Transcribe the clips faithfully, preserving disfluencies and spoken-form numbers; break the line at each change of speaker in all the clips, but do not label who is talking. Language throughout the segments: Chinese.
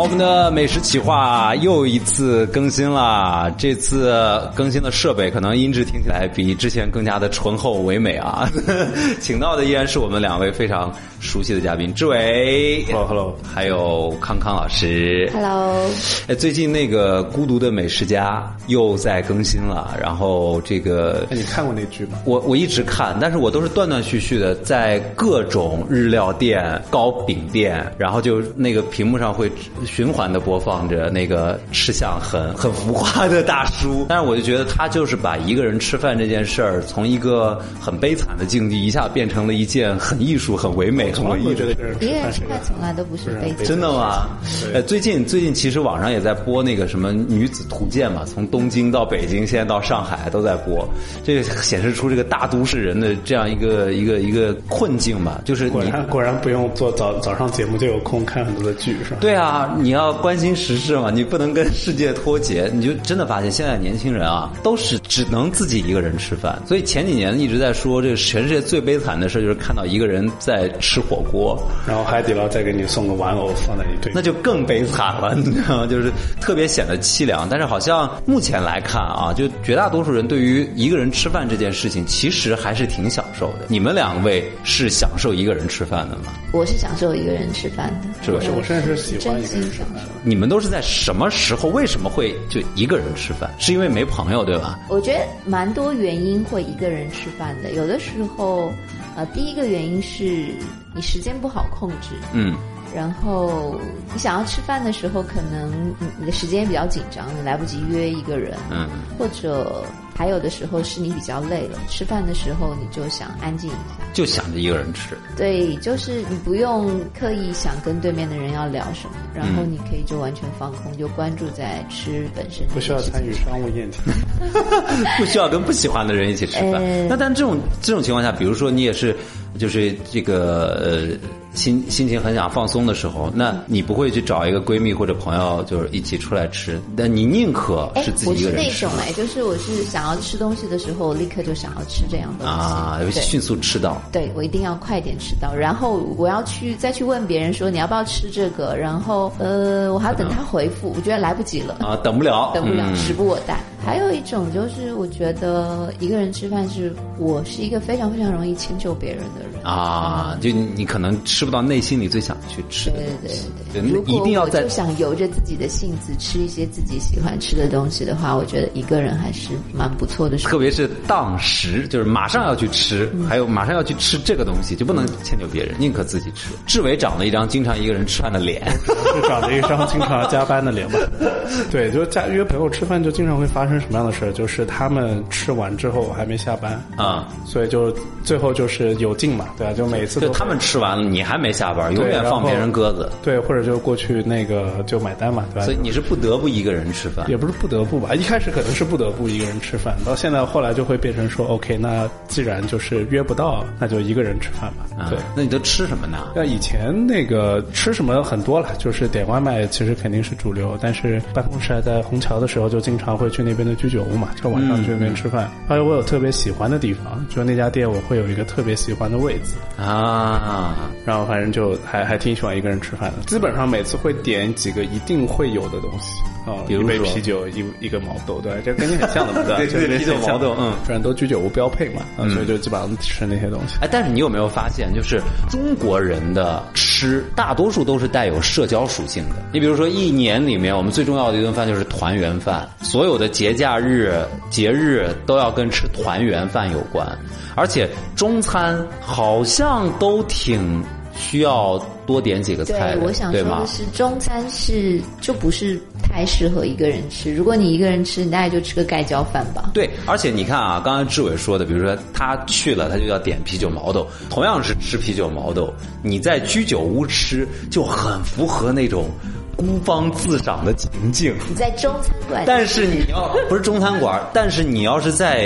我们的美食企划又一次更新了，这次更新的设备可能音质听起来比之前更加的醇厚唯美啊。请到的依然是我们两位非常熟悉的嘉宾，志伟
，Hello Hello，
还有康康老师
，Hello。
哎，最近那个孤独的美食家又在更新了，然后这个，
哎，你看过那剧吗？
我我一直看，但是我都是断断续续的在各种日料店、糕饼店，然后就那个屏幕上会循环的播放着那个吃相很很浮夸的大叔，但是我就觉得他就是把一个人吃饭这件事儿，从一个很悲惨的境地，一下变成了一件很艺术、很唯美、很文艺的。
一个人吃饭从来都不是悲惨。
真的吗？呃，最近最近其实网上也在播那个什么女子图鉴嘛，从东京到北京，现在到上海都在播，这个显示出这个大都市人的这样一个一个一个困境嘛，就是你
果然果然不用做早早上节目就有空看很多的剧是吧？
对啊，你要关心时事嘛，你不能跟世界脱节，你就真的发现现在年轻人啊，都是只能自己一个人吃饭。所以前几年一直在说，这个全世界最悲惨的事就是看到一个人在吃火锅，
然后海底捞再给你送个玩偶放在一堆，
那就更悲惨了，你知道吗？就是特别显得凄凉。但是好像目前来看啊，就绝大多数人对于一个人吃饭这件事情，其实还是挺享受的。你们两位是享受一个人吃饭的吗？
我是享受一个人吃饭的，
是吧？
我甚至是喜欢一个人吃饭。
你们都是在什么时候？为什么会就一个人吃饭？是因为没朋友，对吧？
我觉得蛮多原因会一个人吃饭的。有的时候，呃，第一个原因是你时间不好控制，
嗯。
然后你想要吃饭的时候，可能你的时间比较紧张，你来不及约一个人，嗯，或者还有的时候是你比较累了，吃饭的时候你就想安静一下，
就想着一个人吃。对，
就是你不用刻意想跟对面的人要聊什么，然后你可以就完全放空，就关注在吃本身，
不需要参与商务宴请，
不需要跟不喜欢的人一起吃饭。呃、那但这种这种情况下，比如说你也是，就是这个呃。心心情很想放松的时候，那你不会去找一个闺蜜或者朋友，就是一起出来吃，但你宁可是自己一个人吃。
我是那种哎，就是我是想要吃东西的时候，我立刻就想要吃这样东西
啊，迅速吃到。
对，我一定要快点吃到，然后我要去再去问别人说你要不要吃这个，然后呃，我还要等他回复，我觉得来不及了啊，
等不了，
等不了，时不我待。还有一种就是，我觉得一个人吃饭是，我是一个非常非常容易迁就别人的人
啊，就你可能吃不到内心里最想去吃的东西，
对对对对，一定要在就想由着自己的性子吃一些自己喜欢吃的东西的话，我觉得一个人还是蛮不错的。
特别是当时就是马上要去吃，嗯、还有马上要去吃这个东西，就不能迁就别人，宁可自己吃。志伟长了一张经常一个人吃饭的脸，
是长了一张经常加班的脸吧？对，就加约朋友吃饭就经常会发生什么样的事？就是他们吃完之后我还没下班啊，所以就最后就是有劲嘛，对啊，就每次都
就他们吃完了，你还没下班，永远放别人鸽子，
对，或者就过去那个就买单嘛，对吧？
所以你是不得不一个人吃饭，
也不是不得不吧，一开始可能是不得不一个人吃饭，到现在后来就会变成说 ，OK， 那既然就是约不到，那就一个人吃饭吧。对，
啊、那你都吃什么呢？
那以前那个吃什么很多了，就是点外卖其实肯定是主流，但是办公室还在虹桥的时候，就经常会去那边的居酒屋嘛，就晚上去那边吃饭。而且我有特别喜欢的地方，就那家店我会有一个特别喜欢的位置啊，然后反正就还还挺喜欢一个人吃饭的，基本上每次会点几个一定会有的东西啊，比如一杯啤酒，一一个毛豆，对，这跟你很像的嘛，对，
对，啤酒毛豆，嗯，
反正都居酒屋标配嘛，啊，所以就基本上吃那些东西。
哎，但是你有没有发现，就是中国人的吃大多数都是带有社交属性的。你比如说一年里面我们最重要的一顿饭就是团圆饭，所有的节假日节日都要跟吃团圆饭有关，而且中餐好像都挺需要多点几个菜的，
对，我想说的是中餐是就不是太适合一个人吃，如果你一个人吃，你大概就吃个盖浇饭吧。
对，而且你看啊，刚才志伟说的，比如说他去了他就要点啤酒毛豆，同样是吃啤酒毛豆，你在居酒屋吃就很符合那种孤芳自赏的情境。
你在中餐馆，
但是你要不是中餐馆，但是你要是在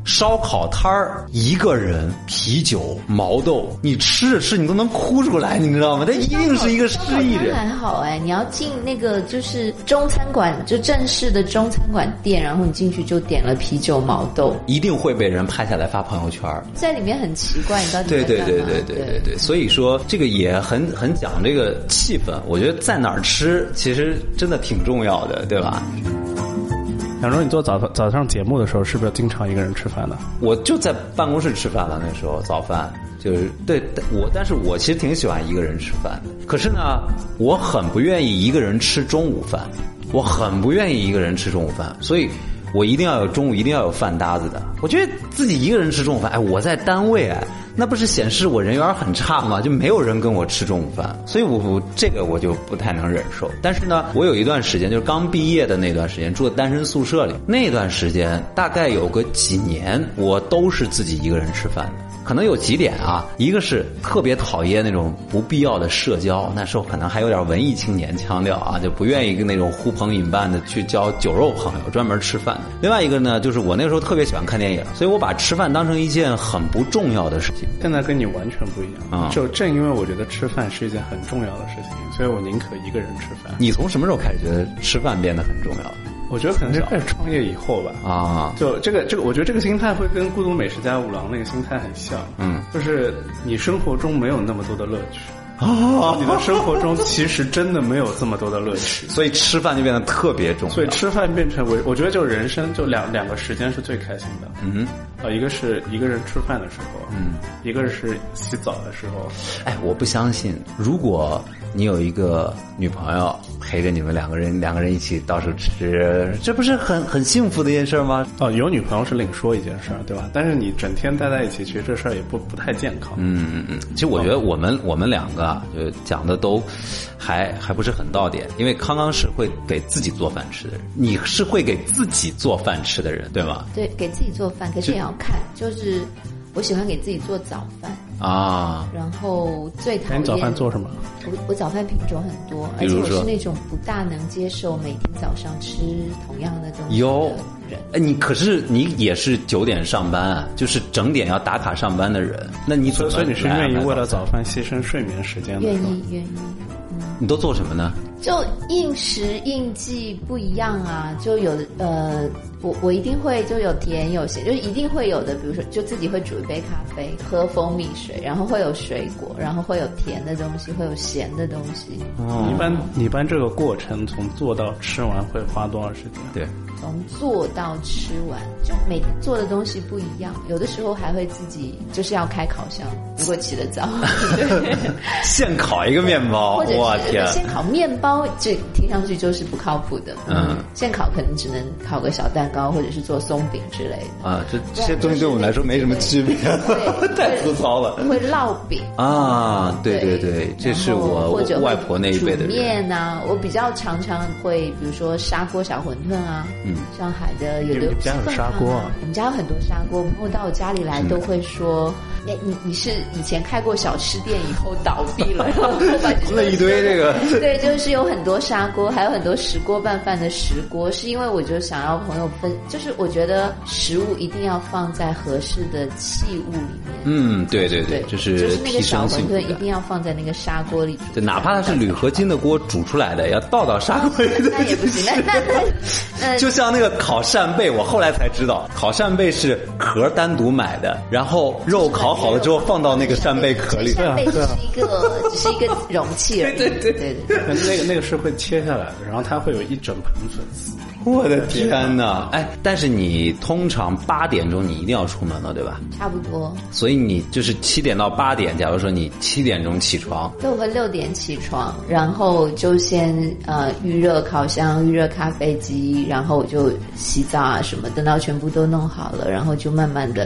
烧烤摊儿一个人啤酒毛豆，你吃着吃你都能哭出来，你知道吗？他一定是一个失忆人。
还好哎，你要进那个就是中餐馆，就正式的中餐馆店，然后你进去就点了啤酒毛豆，
一定会被人拍下来发朋友圈，
在里面很奇怪，你到底
对对对对对对对，所以说这个也很很讲这个气氛。我觉得在哪儿吃其实真的挺重要的，对吧？
杨蓉，你做早早上节目的时候，是不是经常一个人吃饭呢？
我就在办公室吃饭了，那时候早饭就是对我，但是我其实挺喜欢一个人吃饭的。可是呢，我很不愿意一个人吃中午饭，我很不愿意一个人吃中午饭，所以我一定要有中午一定要有饭搭子的。我觉得自己一个人吃中午饭，哎，我在单位哎。那不是显示我人缘很差吗？就没有人跟我吃中午饭，所以我我这个我就不太能忍受。但是呢，我有一段时间就是刚毕业的那段时间，住在单身宿舍里，那段时间大概有个几年，我都是自己一个人吃饭的。可能有几点啊，一个是特别讨厌那种不必要的社交，那时候可能还有点文艺青年腔调啊，就不愿意跟那种呼朋引伴的去交酒肉朋友，专门吃饭。另外一个呢，就是我那个时候特别喜欢看电影，所以我把吃饭当成一件很不重要的事情。
现在跟你完全不一样啊！就正因为我觉得吃饭是一件很重要的事情，所以我宁可一个人吃饭。
你从什么时候开始觉得吃饭变得很重要？
我觉得可能是开始创业以后吧。啊，就这个这个，我觉得这个心态会跟孤独美食家五郎那个心态很像。嗯，就是你生活中没有那么多的乐趣。啊，你的生活中其实真的没有这么多的乐趣，
所以吃饭就变得特别重要。
所以吃饭变成我，我觉得就人生就两两个时间是最开心的。嗯，呃，一个是一个人吃饭的时候，嗯，一个是洗澡的时候。
哎，我不相信，如果你有一个女朋友陪着你们两个人，两个人一起到处吃，这不是很很幸福的一件事吗？
哦，有女朋友是另说一件事，对吧？但是你整天待在一起，其实这事儿也不不太健康。
嗯嗯嗯。其实我觉得我们、哦、我们两个。就讲的都还还不是很到点，因为康康是会给自己做饭吃的人，你是会给自己做饭吃的人，对吗？
对，给自己做饭，可是也要看，就是我喜欢给自己做早饭啊，然后最讨厌。
你早饭做什么？
我我早饭品种很多，而且我是那种不大能接受每天早上吃同样的东西的人。
哎，你可是你也是九点上班啊，就是整点要打卡上班的人，那你
所以所以你是愿意为了早饭牺牲睡眠时间的？
愿意愿意。
嗯，你都做什么呢？
就应时应季不一样啊，就有的呃，我我一定会就有甜有咸，就是一定会有的，比如说就自己会煮一杯咖啡，喝蜂蜜水，然后会有水果，然后会有甜的东西，会有咸的东西。
哦，你一般你一般这个过程从做到吃完会花多少时间？
对，
从做到吃完，就每天做的东西不一样，有的时候还会自己就是要开烤箱，如果起得早，对，
现烤一个面包，
或者
哇天，
先烤面包，这听上去就是不靠谱的。嗯，现烤可能只能烤个小蛋糕，或者是做松饼之类的。
啊，这这些东西对我们来说没什么区别，太粗糙了。
会烙饼
啊，对对对，这是我外婆那一辈的人。
煮面啊，我比较常常会，比如说砂锅小馄饨啊。嗯，上海的有的
有家有砂锅啊，
我们家有很多砂锅，朋友到我家里来都会说，哎，你你是以前开过小吃店以后倒闭了，然后把
了一堆这个，
对，就是有很多砂锅，还有很多石锅拌饭的石锅，是因为我就想要朋友分，就是我觉得食物一定要放在合适的器物里面。
嗯，对对对，这是
就是那个小馄饨一定要放在那个砂锅里煮，
就哪怕它是铝合金的锅煮出来的，要倒到砂锅里。
那也不行，那那那那
就像那个烤扇贝，我后来才知道，烤扇贝是壳单独买的，然后肉烤好了之后放到那个扇贝壳里。
扇贝只是一个只是一个容器而已。
对对
对对对，
那个那个是会切下来的，然后它会有一整盘粉丝。
我的天哪！哎，但是你通常八点钟你一定要出门了，对吧？
差不多。
所以你就是七点到八点，假如说你七点钟起床，
对，我会六点起床，然后就先呃预热烤箱、预热咖啡机，然后我就洗澡啊什么，等到全部都弄好了，然后就慢慢的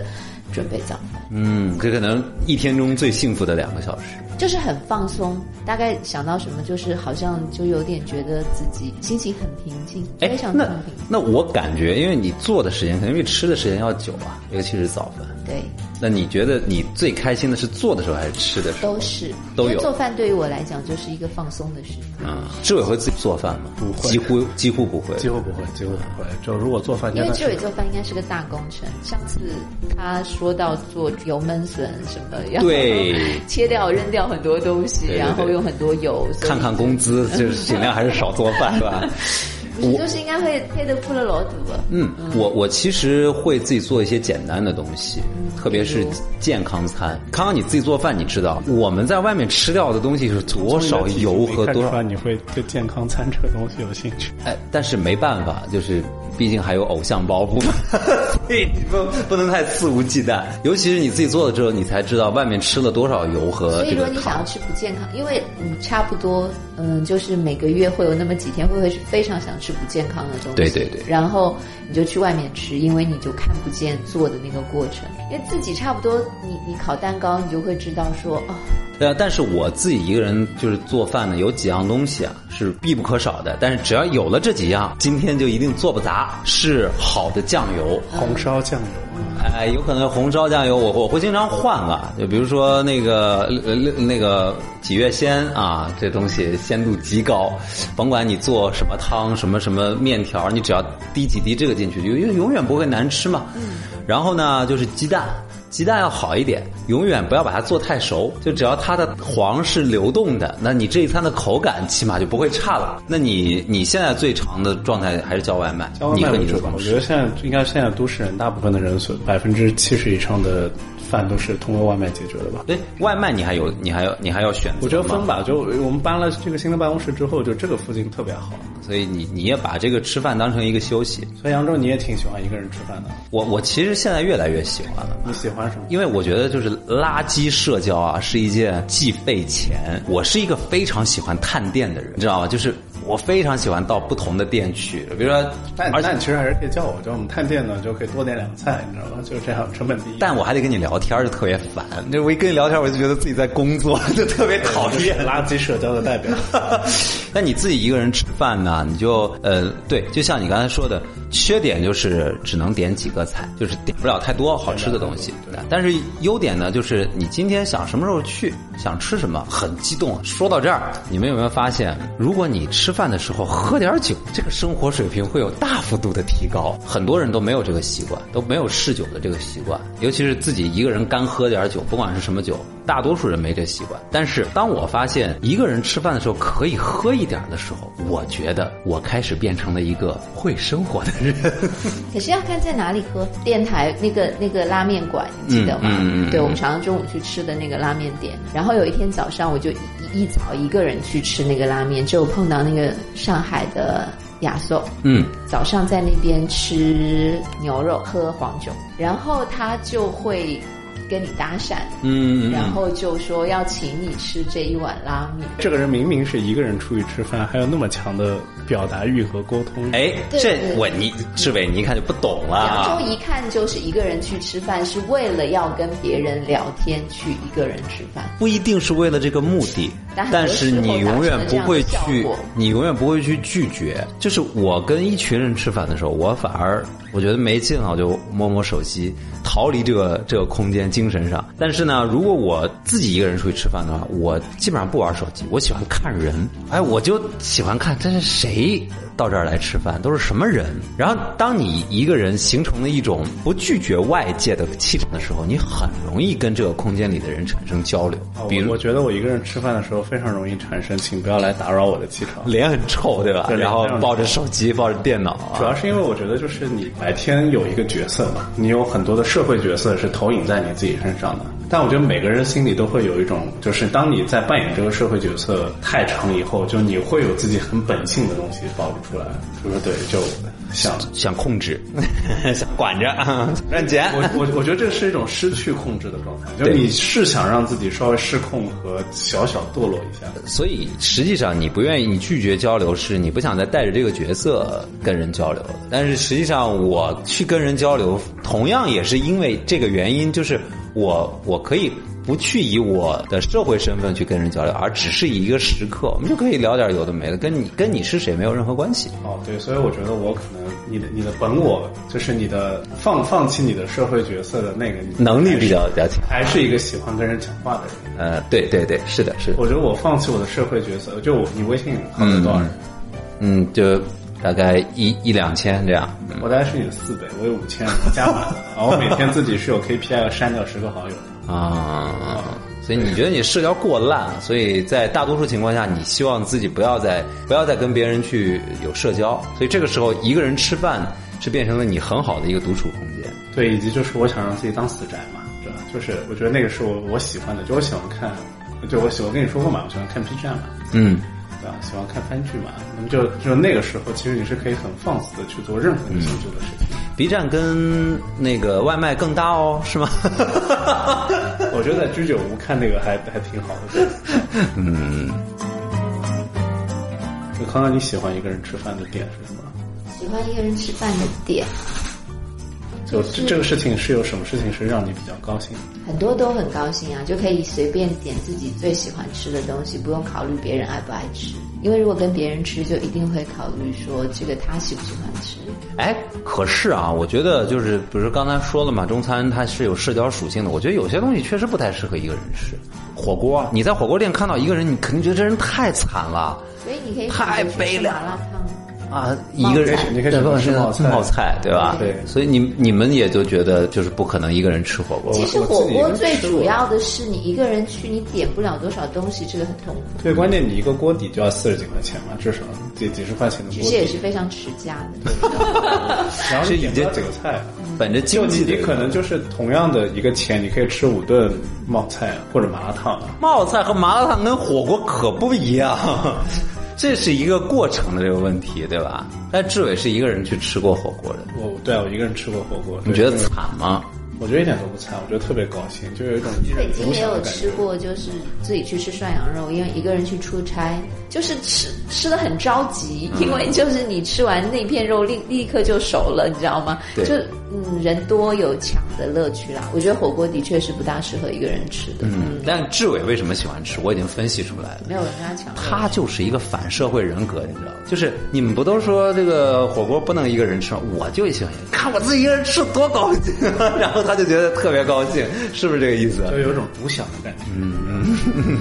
准备早饭。
嗯，这可能一天中最幸福的两个小时。
就是很放松，大概想到什么，就是好像就有点觉得自己心情很平静，非常
那
放平。
那我感觉，因为你做的时间肯定比吃的时间要久啊，尤其是早饭。
对。
那你觉得你最开心的是做的时候还是吃的时候？
都是，
都有。
因为做饭对于我来讲就是一个放松的事。
嗯，志伟会自己做饭吗？
不会，
几乎几乎不会，
几乎不会，几乎不会。就如果做饭，
因为志伟做饭应该是个大工程。上次他说到做油焖笋什么，然后
对，
切掉扔掉很多东西，
对对对，
然后用很多油。
看看工资，就是尽量还是少做饭，是吧？
不是，就是应该会配的铺了老肚了。
嗯，我我其实会自己做一些简单的东西，
嗯、
特别是健康餐。康康，你自己做饭，你知道我们在外面吃掉的东西是多少油和多少？
你会对健康餐这个东西有兴趣？
哎，但是没办法，就是毕竟还有偶像包袱，所以你不不能太肆无忌惮。尤其是你自己做了之后，你才知道外面吃了多少油和这个糖。
所以如果你想要吃不健康，因为你差不多，嗯，就是每个月会有那么几天会会是非常想吃不健康的东西。
对对对。
然后你就去外面吃，因为你就看不见做的那个过程。因为自己差不多，你你烤蛋糕，你就会知道说哦。
对啊，但是我自己一个人就是做饭呢，有几样东西啊是必不可少的。但是只要有了这几样，今天就一定做不砸。是好的酱油，
红烧酱油。
哎，有可能红烧酱油我我会经常换啊，就比如说那个呃那个几月鲜啊，这东西鲜度极高，甭管你做什么汤什么什么面条，你只要滴几滴这个进去，因为永远不会难吃嘛。嗯。然后呢，就是鸡蛋。鸡蛋要好一点，永远不要把它做太熟，就只要它的黄是流动的，那你这一餐的口感起码就不会差了。那你你现在最长的状态还是叫外卖？
叫外卖为主吧。我觉得现在应该现在都市人大部分的人所百分之七十以上的饭都是通过外卖解决的吧？
对，外卖你还有你还有你还要选择吗？
我觉得分吧，就我们搬了这个新的办公室之后，就这个附近特别好，
所以你你也把这个吃饭当成一个休息。
所以扬州你也挺喜欢一个人吃饭的。
我我其实现在越来越喜欢了。
你喜欢什么？
因为我觉得就是垃圾社交啊，是一件既费钱。我是一个非常喜欢探店的人，你知道吗？就是我非常喜欢到不同的店去，比如说，
但而且你其实还是可以叫我，叫我们探店呢，就可以多点两个菜，你知道吗？就这样，成本低。
但我还得跟你聊天，就特别烦。就我一跟你聊天，我就觉得自己在工作，就特别讨厌。
垃圾社交的代表。
那你自己一个人吃饭呢，你就呃，对，就像你刚才说的，缺点就是只能点几个菜，就是点不了太多好吃的东西。对，但是优点呢，就是你今天想什么时候去，想吃什么，很激动。说到这儿，你们有没有发现，如果你吃饭的时候喝点酒，这个生活水平会有大幅度的提高？很多人都没有这个习惯，都没有嗜酒的这个习惯，尤其是自己一个人干喝点酒，不管是什么酒，大多数人没这习惯。但是当我发现一个人吃饭的时候可以喝一点的时候，我觉得我开始变成了一个会生活的人。
可是要看在哪里喝。电台那个那个拉面馆，你记得吗？嗯嗯嗯、对，我们常常中午去吃的那个拉面店。然后有一天早上，我就一一早一个人去吃那个拉面，就碰到那个上海的亚寿，嗯，早上在那边吃牛肉，喝黄酒，然后他就会跟你搭讪，嗯，然后就说要请你吃这一碗拉面。
这个人明明是一个人出去吃饭，还有那么强的表达欲和沟通。
哎，这我你志伟你一看就不懂了。
扬州一看就是一个人去吃饭，是为了要跟别人聊天去一个人吃饭，
不一定是为了这个目的，但是你永远不会去，你永远不会去拒绝。就是我跟一群人吃饭的时候，我反而我觉得没劲了，我就摸摸手机，逃离这个这个空间。精神上，但是呢，如果我自己一个人出去吃饭的话，我基本上不玩手机，我喜欢看人。哎，我就喜欢看这是谁到这儿来吃饭，都是什么人。然后，当你一个人形成了一种不拒绝外界的气场的时候，你很容易跟这个空间里的人产生交流。比如，
我觉得我一个人吃饭的时候非常容易产生，请不要来打扰我的气场。
脸很臭，对吧？然后抱着手机，抱着电脑、啊。
主要是因为我觉得，就是你白天有一个角色嘛，你有很多的社会角色是投影在你自己身上的。 但我觉得每个人心里都会有一种，就是当你在扮演这个社会角色太长以后，就你会有自己很本性的东西暴露出来，就说对，就想
想控制，想管着，赚钱。
我我我觉得这是一种失去控制的状态，就你是想让自己稍微失控和小小堕落一下。
所以实际上你不愿意，你拒绝交流，是你不想再带着这个角色跟人交流的。但是实际上我去跟人交流，同样也是因为这个原因，就是我我可以不去以我的社会身份去跟人交流，而只是以一个时刻，我们就可以聊点有的没的，跟你跟你是谁没有任何关系。
哦，对，所以我觉得我可能你的你的本我，就是你的放放弃你的社会角色的那个
能力比较比较强，
还是一个喜欢跟人讲话的人。
呃，对对对，是的，是的。
我觉得我放弃我的社会角色，就我你微信号有多少人？
嗯，就大概一一两千这样。
嗯、我大概是你的四倍，我有五千人加满了，然后我每天自己是有 K P I 要删掉十个好友的。
啊，所以你觉得你社交过烂，所以在大多数情况下，你希望自己不要再不要再跟别人去有社交，所以这个时候一个人吃饭是变成了你很好的一个独处空间。
对，以及就是我想让自己当死宅嘛，对吧？就是我觉得那个是我我喜欢的，就我喜欢看，就我喜欢跟你说过嘛，我喜欢看 B 站嘛，
嗯，
对吧？喜欢看番剧嘛，那么就就那个时候，其实你是可以很放肆的去做任何你想做的事情。
嗯、B 站跟那个外卖更大哦，是吗？
我觉得在居酒屋看那个还还挺好的。
嗯。
就康康，你喜欢一个人吃饭的点是什么？
喜欢一个人吃饭的点。
就这个事情是有什么事情是让你比较高兴？
很多都很高兴啊，就可以随便点自己最喜欢吃的东西，不用考虑别人爱不爱吃。因为如果跟别人吃，就一定会考虑说这个他喜不喜欢吃。
哎，可是啊，我觉得就是比如说刚才说了嘛，中餐它是有社交属性的，我觉得有些东西确实不太适合一个人吃。火锅，你在火锅店看到一个人，你肯定觉得这人太惨了，
所以你可以
太悲凉
麻辣烫。
啊，一个人
你可以吃冒菜，
冒菜对吧？
对，
所以你你们也就觉得就是不可能一个人吃火锅。
其实火锅最主要的是你一个人去，你点不了多少东西，这个很痛苦。
对，关键你一个锅底就要四十几块钱嘛，至少几几十块钱的锅底，
其实也是非常持家的。
然后你点不了几个菜，
本着经济，
你可能就是同样的一个钱，你可以吃五顿冒菜或者麻辣烫。
冒菜和麻辣烫跟火锅可不一样。这是一个过程的这个问题，对吧？但志伟是一个人去吃过火锅的。
我对啊，我一个人吃过火锅。
你觉得惨吗？
我觉得一点都不惨，我觉得特别高兴，就有一种
北京也有吃过，就是自己去吃涮羊肉，因为一个人去出差，就是吃吃的很着急，因为就是你吃完那片肉立立刻就熟了，你知道吗？就嗯，人多有抢的乐趣啦。我觉得火锅的确是不大适合一个人吃的。
嗯，嗯但志伟为什么喜欢吃？我已经分析出来了，
没有人跟他抢。
他就是一个反社会人格，你知道吗？就是你们不都说这个火锅不能一个人吃吗？我就喜欢看我自己一个人吃多高兴，然后他就觉得特别高兴，是不是这个意思？
就有种独享的感觉。
嗯。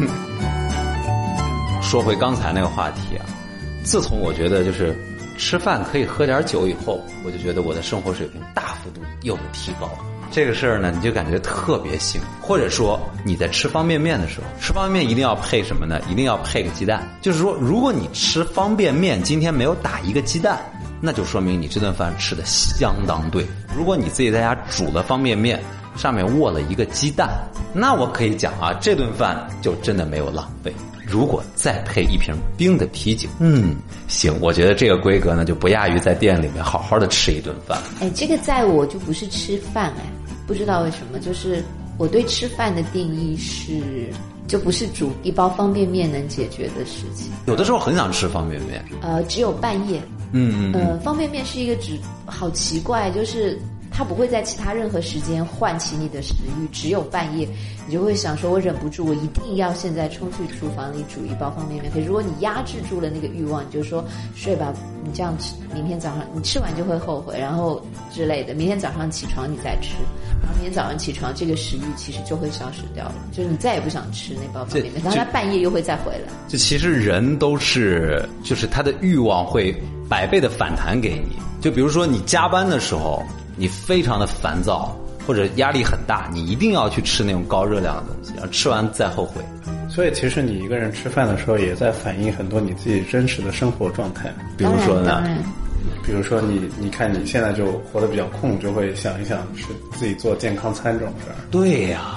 说回刚才那个话题啊，自从我觉得就是吃饭可以喝点酒以后，我就觉得我的生活水平大幅度又提高。这个事儿呢，你就感觉特别幸福。或者说你在吃方便面的时候，吃方便面一定要配什么呢？一定要配个鸡蛋。就是说，如果你吃方便面今天没有打一个鸡蛋，那就说明你这顿饭吃的相当对。如果你自己在家煮了方便面，上面卧了一个鸡蛋，那我可以讲啊，这顿饭就真的没有浪费。如果再配一瓶冰的啤酒，嗯，行，我觉得这个规格呢就不亚于在店里面好好的吃一顿饭。
哎，这个在我就不是吃饭哎，不知道为什么，就是我对吃饭的定义是，就不是煮一包方便面能解决的事情。
有的时候很想吃方便面，
呃，只有半夜。
嗯嗯。
呃，方便面是一个只好奇怪，就是它不会在其他任何时间唤起你的食欲，只有半夜你就会想说，我忍不住，我一定要现在冲去厨房里煮一包方便面。可是如果你压制住了那个欲望，你就说睡吧，你这样吃，明天早上你吃完就会后悔，然后之类的。明天早上起床你再吃，然后明天早上起床这个食欲其实就会消失掉了，就你再也不想吃那包方便面，然后它半夜又会再回来。
就其实人都是，就是他的欲望会百倍的反弹给你。就比如说你加班的时候，你非常的烦躁或者压力很大，你一定要去吃那种高热量的东西，然后吃完再后悔。
所以其实你一个人吃饭的时候也在反映很多你自己真实的生活状态。
比如说呢，
比如说你你看你现在就活得比较空，就会想一想是自己做健康餐这种事儿。
对呀、啊，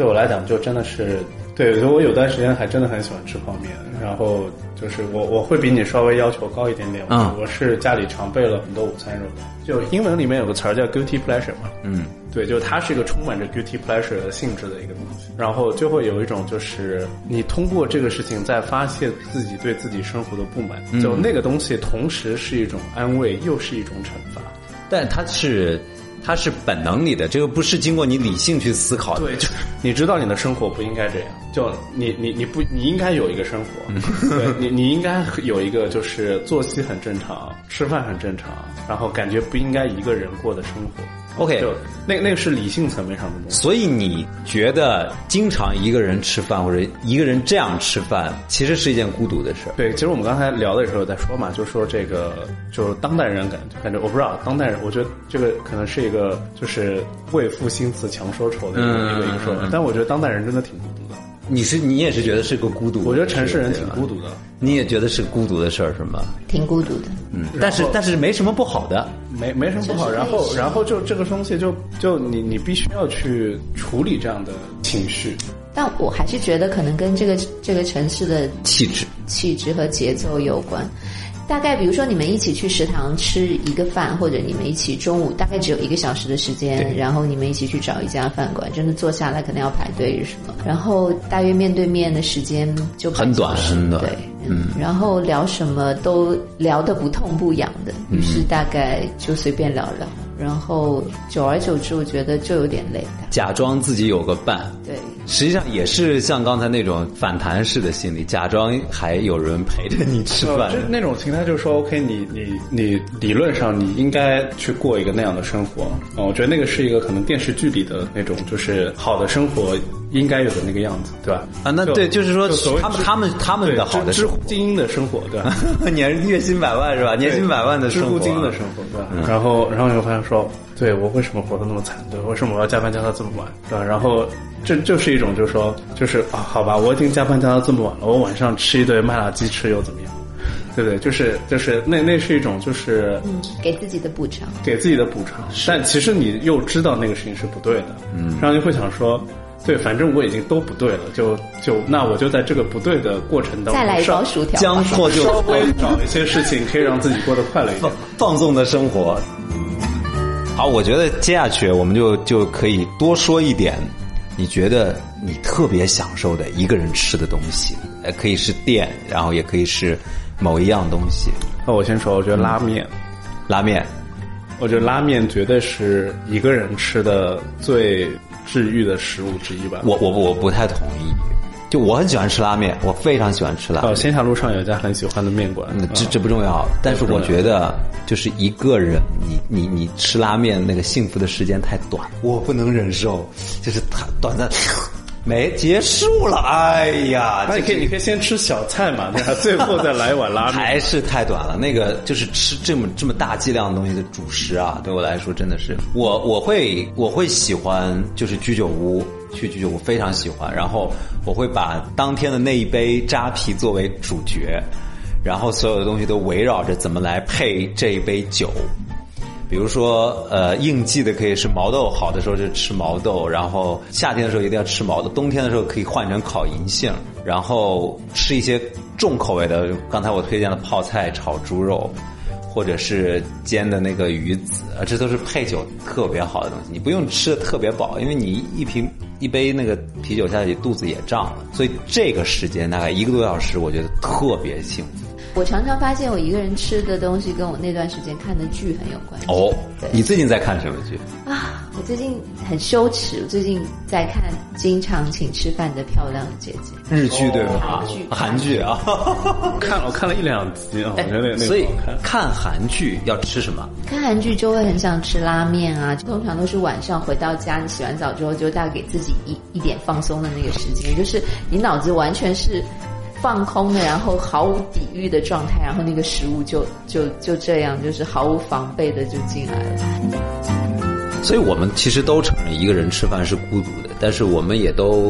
对我来讲就真的是，对，所以我有段时间还真的很喜欢吃泡面，然后就是我我会比你稍微要求高一点点，嗯，我是家里常备了很多午餐肉的，就英文里面有个词儿叫 guilty pleasure 嘛，嗯，对，就它是一个充满着 guilty pleasure 的性质的一个东西，然后就会有一种就是你通过这个事情在发泄自己对自己生活的不满，嗯，就那个东西同时是一种安慰，又是一种惩罚，
但它是。它是本能里的，这个不是经过你理性去思考的。
对，就你知道你的生活不应该这样，就你你你不你应该有一个生活，对你你应该有一个就是作息很正常，吃饭很正常，然后感觉不应该一个人过的生活。
OK，
就那那个是理性层面上的东西。
所以你觉得经常一个人吃饭或者一个人这样吃饭，其实是一件孤独的事。
对，其实我们刚才聊的时候在说嘛，就说这个就是当代人感感觉，我不知道当代人，我觉得这个可能是一个就是为赋新词强说愁的一个、嗯、一个一个说法，但我觉得当代人真的挺孤独的。
你是你也是觉得是个孤独？
我觉得城市人挺孤独的。
你也觉得是孤独的事儿是吗？
挺孤独的。
嗯，但是但是没什么不好的，
没没什么不好。然后然后就这个东西就就你你必须要去处理这样的情绪。
但我还是觉得可能跟这个这个城市的
气质、
气质和节奏有关。大概比如说你们一起去食堂吃一个饭，或者你们一起中午大概只有一个小时的时间，然后你们一起去找一家饭馆，真的坐下来可能要排队什么，然后大约面对面的时间就
很短很短，
对，嗯，然后聊什么都聊得不痛不痒的，于是大概就随便聊聊，然后久而久之我觉得就有点累，
假装自己有个伴，
对，
实际上也是像刚才那种反弹式的心理，假装还有人陪着你吃饭，
就那种情态就是说 OK 你你你理论上你应该去过一个那样的生活，嗯，我觉得那个是一个可能电视剧里的那种就是好的生活应该有的那个样子，对吧？
啊，那对，就是说他们他们他们的好的
知乎精英的生活，对吧？
年月薪百万是吧？年薪百万的生活，
知乎精英的生活，对吧？嗯、然后然后你会发现说，对我为什么活得那么惨？对，为什么我要加班加到这么晚？对吧？然后这就是一种就是说就是啊，好吧，我已经加班加到这么晚了，我晚上吃一顿麦辣鸡翅又怎么样？对不对？就是就是那那是一种就是
嗯，给自己的补偿，
给自己的补偿。但其实你又知道那个事情是不对的，嗯，然后你会想说，对，反正我已经都不对了，就就那我就在这个不对的过程当中
再来一包薯条，
将错就
稍微找一些事情可以让自己过得快乐一点，
放放纵的生活。好，我觉得接下去我们就就可以多说一点，你觉得你特别享受的一个人吃的东西，呃，可以是店，然后也可以是某一样东西。
那我先说，我觉得拉面，嗯、
拉面，
我觉得拉面绝对是一个人吃的最治愈的食物之一吧。
我我我不太同意。就我很喜欢吃拉面，我非常喜欢吃拉面。
哦，仙霞路上有一家很喜欢的面馆，
嗯，这这不重要，但是我觉得就是一个人，你你你吃拉面那个幸福的时间太短，我不能忍受，就是太短暂。没结束了，哎呀！
那你可以，你可以先吃小菜嘛，然后最后再来一碗拉面。
还是太短了，那个就是吃这么这么大剂量的东西的主食啊，对我来说真的是，我我会我会喜欢就是居酒屋，去居酒屋非常喜欢，然后我会把当天的那一杯扎啤作为主角，然后所有的东西都围绕着怎么来配这一杯酒。比如说，呃，应季的可以是毛豆，好的时候就吃毛豆，然后夏天的时候一定要吃毛豆，冬天的时候可以换成烤银杏，然后吃一些重口味的，刚才我推荐的泡菜炒猪肉，或者是煎的那个鱼子，这都是配酒特别好的东西。你不用吃的特别饱，因为你一瓶一杯那个啤酒下去，肚子也胀了，所以这个时间大概一个多小时，我觉得特别幸福。
我常常发现我一个人吃的东西跟我那段时间看的剧很有关系。
哦，你最近在看什么剧
啊？我最近很羞耻，我最近在看经常请吃饭的漂亮的姐姐，
日剧对吧？
韩剧，
韩剧啊，
看了我看了一两集啊，我觉得那个
所以看韩剧要吃什么？
看韩剧就会很想吃拉面啊，通常都是晚上回到家，你洗完澡之后就大概给自己一一点放松的那个时间，就是你脑子完全是放空的，然后毫无抵御的状态，然后那个食物就就就这样，就是毫无防备的就进来了。
所以我们其实都承认一个人吃饭是孤独的，但是我们也都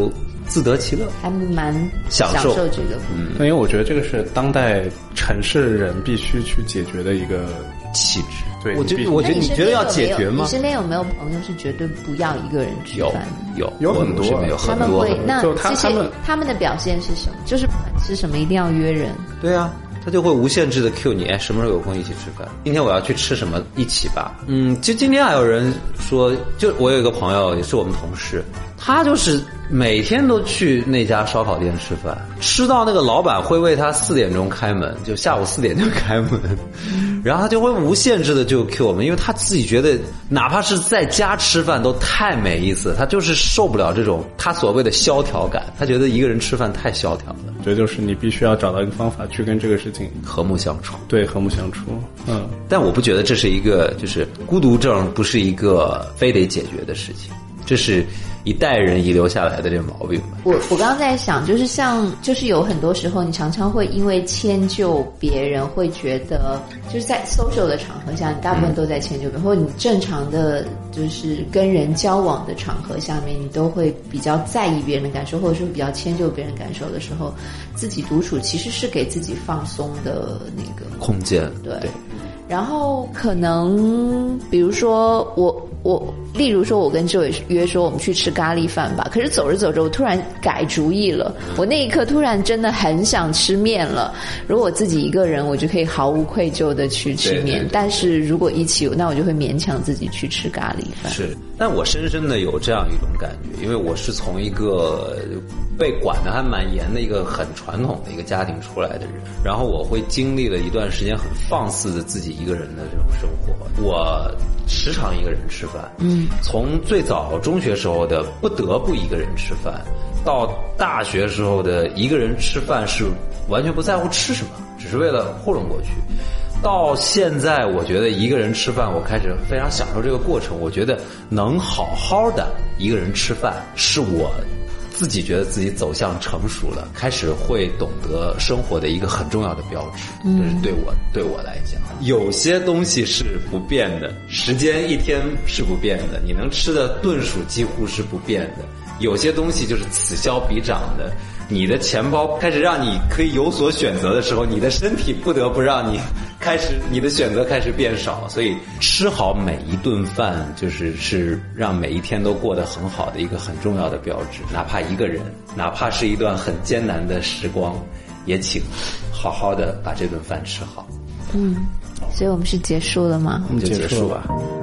自得其乐，
还蛮
享受
享受这个。
嗯，因为我觉得这个是当代城市人必须去解决的一个
气质。
对，
我觉得，我觉得你觉得要解决吗？
你身边有没有朋友是绝对不要一个人吃饭的？
有
有很多，
有很多。
他们会那
这
些他们的表现是什么？就是不管吃什么一定要约人。
对啊。他就会无限制的 cue 你，哎，什么时候有空一起吃饭？今天我要去吃什么，一起吧。嗯，就今天还有人说，就我有一个朋友也是我们同事，他就是每天都去那家烧烤店吃饭，吃到那个老板会为他四点钟开门，就下午四点就开门，然后他就会无限制的就 cue 我们，因为他自己觉得哪怕是在家吃饭都太没意思，他就是受不了这种他所谓的萧条感，他觉得一个人吃饭太萧条了。
这就是你必须要找到一个方法去跟这个事情
和睦相处。
对，和睦相处。嗯，
但我不觉得这是一个，就是孤独症不是一个非得解决的事情，这是一代人遗留下来的这毛病吧。
我我刚刚在想，就是像就是有很多时候，你常常会因为迁就别人，会觉得就是在 social 的场合下，你大部分都在迁就别人，嗯、或者你正常的就是跟人交往的场合下面，你都会比较在意别人的感受，或者说比较迁就别人感受的时候，自己独处其实是给自己放松的那个
空间。
对。
对，
然后可能比如说我我例如说我跟志伟约说我们去吃咖喱饭吧，可是走着走着我突然改主意了，我那一刻突然真的很想吃面了。如果我自己一个人我就可以毫无愧疚的去吃面，对对对，但是如果一起那我就会勉强自己去吃咖喱饭。
是，但我深深的有这样一种感觉，因为我是从一个被管得还蛮严的一个很传统的一个家庭出来的人，然后我会经历了一段时间很放肆的自己一个人的这种生活，我时常一个人吃饭，嗯，从最早中学时候的不得不一个人吃饭，到大学时候的一个人吃饭是完全不在乎吃什么，只是为了糊弄过去，到现在我觉得一个人吃饭我开始非常享受这个过程，我觉得能好好的一个人吃饭是我自己觉得自己走向成熟了，开始会懂得生活的一个很重要的标志。这是对我对我来讲，有些东西是不变的，时间一天是不变的，你能吃的顿数几乎是不变的，有些东西就是此消彼长的，你的钱包开始让你可以有所选择的时候，你的身体不得不让你开始你的选择开始变少，所以吃好每一顿饭就是是让每一天都过得很好的一个很重要的标志，哪怕一个人，哪怕是一段很艰难的时光，也请好好的把这顿饭吃好。
嗯，所以我们是结束了吗？
我们就结束
吧。